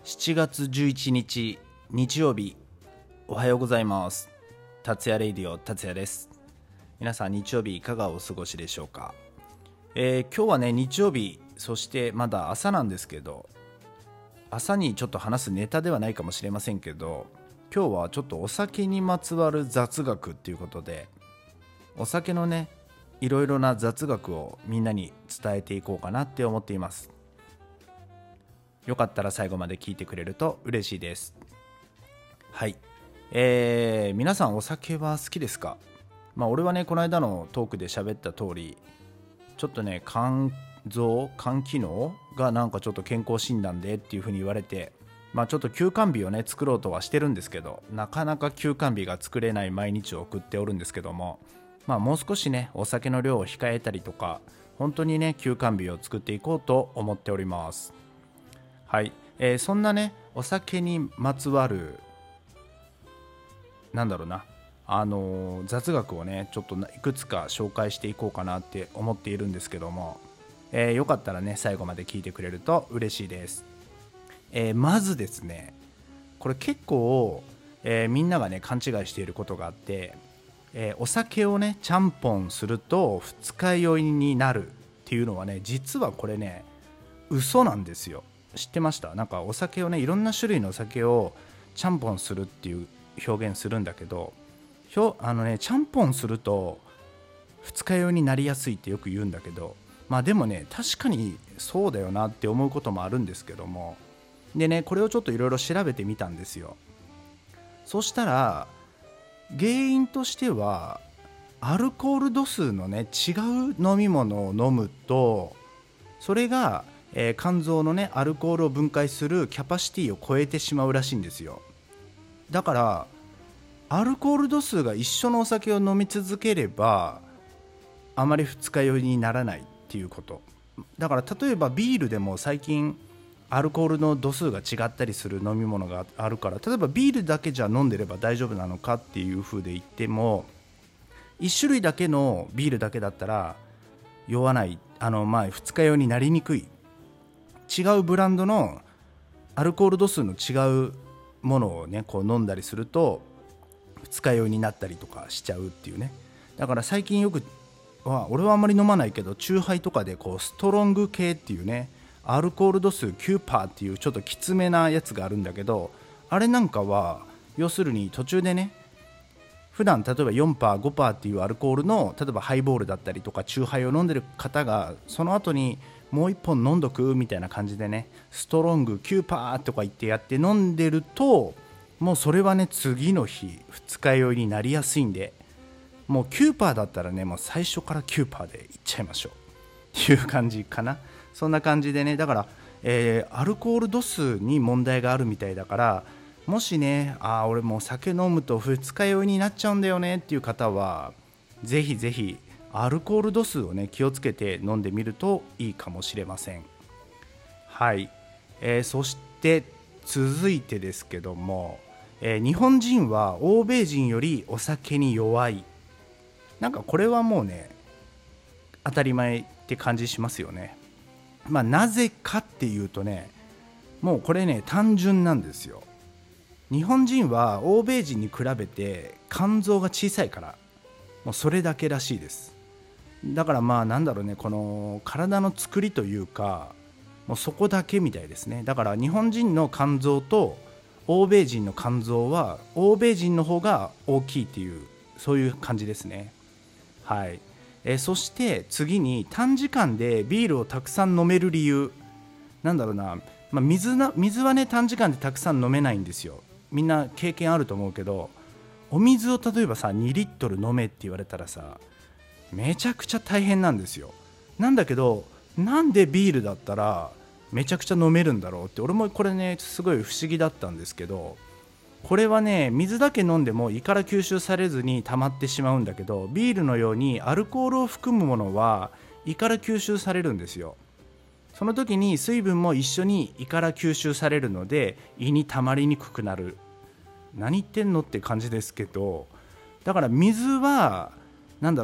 7月11日日曜日、おはようございます。達也レイディオ達也です。皆さん日曜日いかがお過ごしでしょうか。今日はね日曜日、そしてまだ朝なんですけど、朝にちょっと話すネタではないかもしれませんけど、今日はちょっとお酒にまつわる雑学っていうことで、お酒のねいろいろな雑学をみんなに伝えていこうかなって思っています。よかったら最後まで聞いてくれると嬉しいです。はい、皆さんお酒は好きですか？俺はねこの間のトークで喋った通り、ちょっとね肝機能がなんかちょっと健康診断でっていう風に言われて、ちょっと休肝日をね作ろうとはしてるんですけど、なかなか休肝日が作れない毎日を送っておるんですけども、もう少しねお酒の量を控えたりとか、本当にね休肝日を作っていこうと思っております。はい、そんなねお酒にまつわる雑学をねちょっといくつか紹介していこうかなって思っているんですけども、よかったらね最後まで聞いてくれると嬉しいです。まずですね、これ結構、みんながね勘違いしていることがあって、お酒をねちゃんぽんすると二日酔いになるっていうのはね、実はこれね嘘なんですよ。知ってました？なんかお酒をね、いろんな種類のお酒をちゃんぽんするっていう表現するんだけど、ちゃんぽんすると二日酔いになりやすいってよく言うんだけど、でもね確かにそうだよなって思うこともあるんですけども、でねこれをちょっといろいろ調べてみたんですよ。そしたら原因としては、アルコール度数のね違う飲み物を飲むと、それが肝臓のねアルコールを分解するキャパシティを超えてしまうらしいんですよ。だからアルコール度数が一緒のお酒を飲み続ければあまり二日酔いにならないっていうこと。だから例えばビールでも最近アルコールの度数が違ったりする飲み物があるから、例えばビールだけじゃ飲んでれば大丈夫なのかっていう風で言っても、一種類だけのビールだけだったら酔わない、二日酔いになりにくい。違うブランドのアルコール度数の違うものをねこう飲んだりすると二日酔いになったりとかしちゃうっていうね。だから最近よく俺はあんまり飲まないけど、チューハイとかでこうストロング系っていうね、アルコール度数 9% っていうちょっときつめなやつがあるんだけど、あれなんかは要するに途中でね、普段例えば 4%、5% っていうアルコールの例えばハイボールだったりとかチューハイを飲んでる方が、その後にもう一本飲んどくみたいな感じでね、ストロング 9% とか言ってやって飲んでると、もうそれはね次の日二日酔いになりやすいんで、もう 9% だったらねもう最初から 9% でいっちゃいましょうっていう感じかな。そんな感じでね、だから、アルコール度数に問題があるみたいだから、もしね俺もう酒飲むと二日酔いになっちゃうんだよねっていう方は、ぜひぜひアルコール度数をね気をつけて飲んでみるといいかもしれません。はい、そして続いてですけども、日本人は欧米人よりお酒に弱い。なんかこれはもうね当たり前って感じしますよね。なぜかっていうとね、もうこれね単純なんですよ。日本人は欧米人に比べて肝臓が小さいから、もうそれだけらしいです。だからこの体の作りというか、もうそこだけみたいですね。だから日本人の肝臓と欧米人の肝臓は欧米人の方が大きいっていう、そういう感じですね。はい、そして次に短時間でビールをたくさん飲める理由。水はね短時間でたくさん飲めないんですよ。みんな経験あると思うけど、お水を例えばさ2リットル飲めって言われたらさ、めちゃくちゃ大変なんですよ。なんだけど、なんでビールだったらめちゃくちゃ飲めるんだろうって、俺もこれねすごい不思議だったんですけど、これはね水だけ飲んでも胃から吸収されずに溜まってしまうんだけど、ビールのようにアルコールを含むものは胃から吸収されるんですよ。その時に水分も一緒に胃から吸収されるので胃に溜まりにくくなる。何言ってんのって感じですけど、だから水は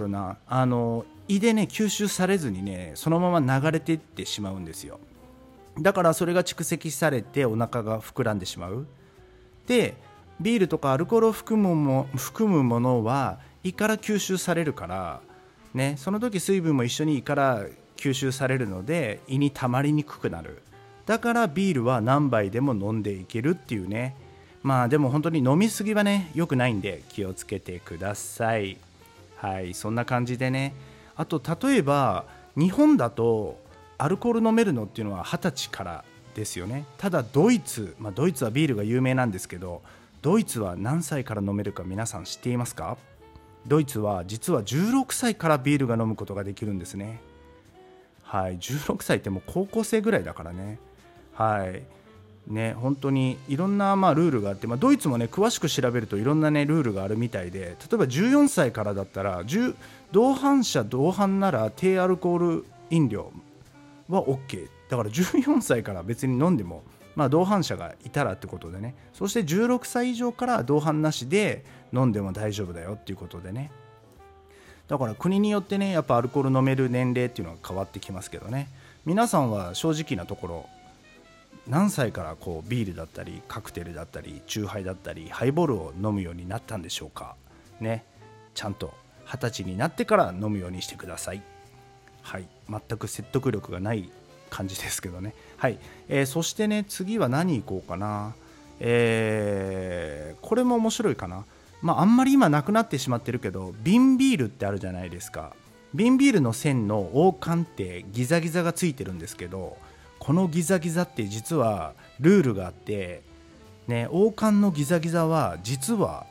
胃でね吸収されずにねそのまま流れていってしまうんですよ。 だからそれが蓄積されてお腹が膨らんでしまう。でビールとかアルコールを含むものは胃から吸収されるからね、その時水分も一緒に胃から吸収されるので胃に溜まりにくくなる。だからビールは何杯でも飲んでいけるっていうね。まあでも本当に飲みすぎはね良くないんで気をつけてください。はい、そんな感じでね。あと例えば日本だとアルコール飲めるのっていうのは20歳からですよね。ただドイツはビールが有名なんですけど、ドイツは何歳から飲めるか皆さん知っていますか？ドイツは実は16歳からビールが飲むことができるんですね。はい、16歳ってもう高校生ぐらいだからね。はいね、本当にいろんなルールがあって、ドイツもね詳しく調べるといろんなねルールがあるみたいで、例えば14歳からだったら同伴なら低アルコール飲料は OK だから、14歳から別に飲んでも、同伴者がいたらってことでね。そして16歳以上から同伴なしで飲んでも大丈夫だよっていうことでね。だから国によってねやっぱアルコール飲める年齢っていうのは変わってきますけどね。皆さんは正直なところ何歳からビールだったりカクテルだったりチューハイだったりハイボールを飲むようになったんでしょうかね。ちゃんと20歳になってから飲むようにしてください。はい、全く説得力がない感じですけどね。はい、そしてね次は何いこうかな。これも面白いかな。あんまり今なくなってしまってるけど瓶ビールってあるじゃないですか。瓶ビールの線の王冠ってギザギザがついてるんですけど、このギザギザって実はルールがあってね、王冠のギザギザは実は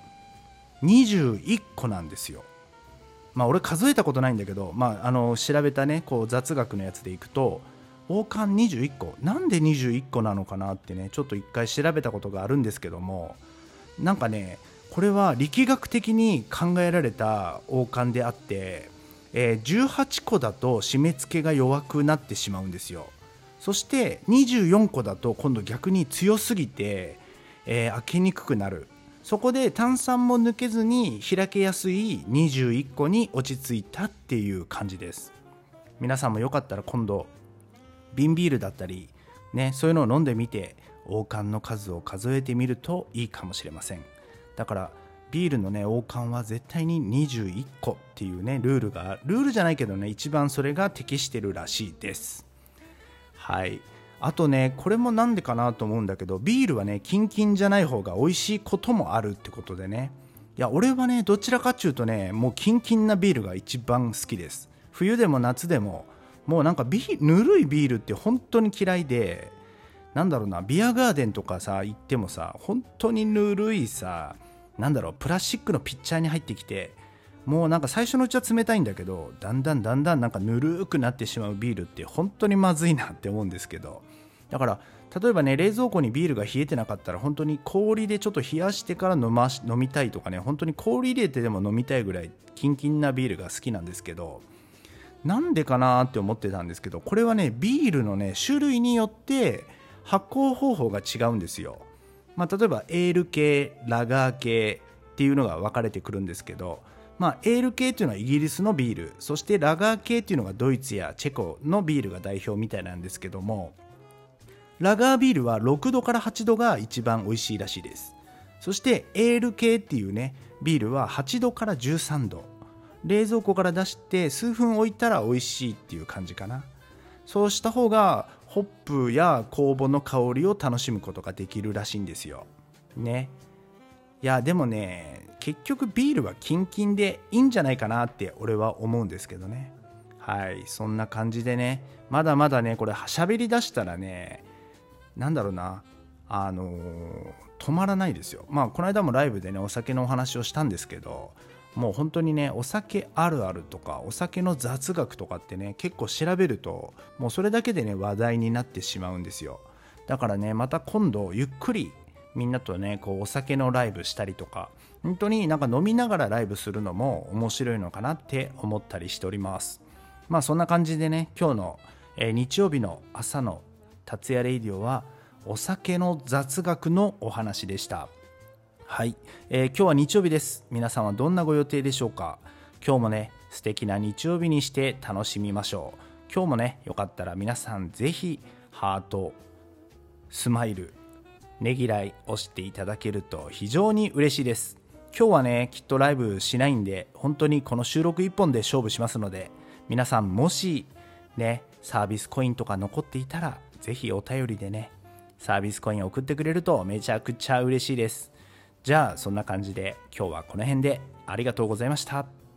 21個なんですよ。俺数えたことないんだけど、調べたね雑学のやつでいくと王冠21個、なんで21個なのかなってねちょっと一回調べたことがあるんですけども、なんかねこれは力学的に考えられた王冠であって、18個だと締め付けが弱くなってしまうんですよ。そして24個だと今度逆に強すぎて、開けにくくなる。そこで炭酸も抜けずに開けやすい21個に落ち着いたっていう感じです。皆さんもよかったら今度瓶ビールだったりね、そういうのを飲んでみて王冠の数を数えてみるといいかもしれません。だからビールのね王冠は絶対に21個っていうねルールじゃないけどね、一番それが適してるらしいです。はい、あとねこれもなんでかなと思うんだけど、ビールはねキンキンじゃない方が美味しいこともあるってことでね。いや俺はねどちらかっていうとねもうキンキンなビールが一番好きです。冬でも夏でももうなんかぬるいビールって本当に嫌いで、なんだろうな、ビアガーデンとかさ行ってもさ本当にぬるいさ、プラスチックのピッチャーに入ってきて、もうなんか最初のうちは冷たいんだけどだんだんなんかぬるくなってしまうビールって本当にまずいなって思うんですけど、だから例えばね冷蔵庫にビールが冷えてなかったら本当に氷でちょっと冷やしてから飲みたいとかね、本当に氷入れてでも飲みたいぐらいキンキンなビールが好きなんですけど、なんでかなって思ってたんですけど、これはねビールのね種類によって発酵方法が違うんですよ。例えばエール系、ラガー系っていうのが分かれてくるんですけど、エール系っていうのはイギリスのビール、そしてラガー系っていうのがドイツやチェコのビールが代表みたいなんですけども、ラガービールは6度から8度が一番美味しいらしいです。そしてエール系っていうねビールは8度から13度、冷蔵庫から出して数分置いたら美味しいっていう感じかな。そうした方がホップや酵母の香りを楽しむことができるらしいんですよね。いやでもね結局ビールはキンキンでいいんじゃないかなって俺は思うんですけどね。はい、そんな感じでね、まだまだねこれ喋り出したらね止まらないですよ。この間もライブでねお酒のお話をしたんですけど、もう本当にねお酒あるあるとかお酒の雑学とかってね結構調べるともうそれだけでね話題になってしまうんですよ。だからねまた今度ゆっくりみんなとねお酒のライブしたりとか、本当になんか飲みながらライブするのも面白いのかなって思ったりしております。そんな感じでね今日の、日曜日の朝の達也レイディオはお酒の雑学のお話でした。はい、今日は日曜日です。皆さんはどんなご予定でしょうか。今日もね素敵な日曜日にして楽しみましょう。今日もねよかったら皆さんぜひハート、スマイル、ねぎらい押していただけると非常に嬉しいです。今日はねきっとライブしないんで、本当にこの収録1本で勝負しますので、皆さんもしねサービスコインとか残っていたら、ぜひお便りでねサービスコイン送ってくれるとめちゃくちゃ嬉しいです。じゃあそんな感じで今日はこの辺で、ありがとうございました。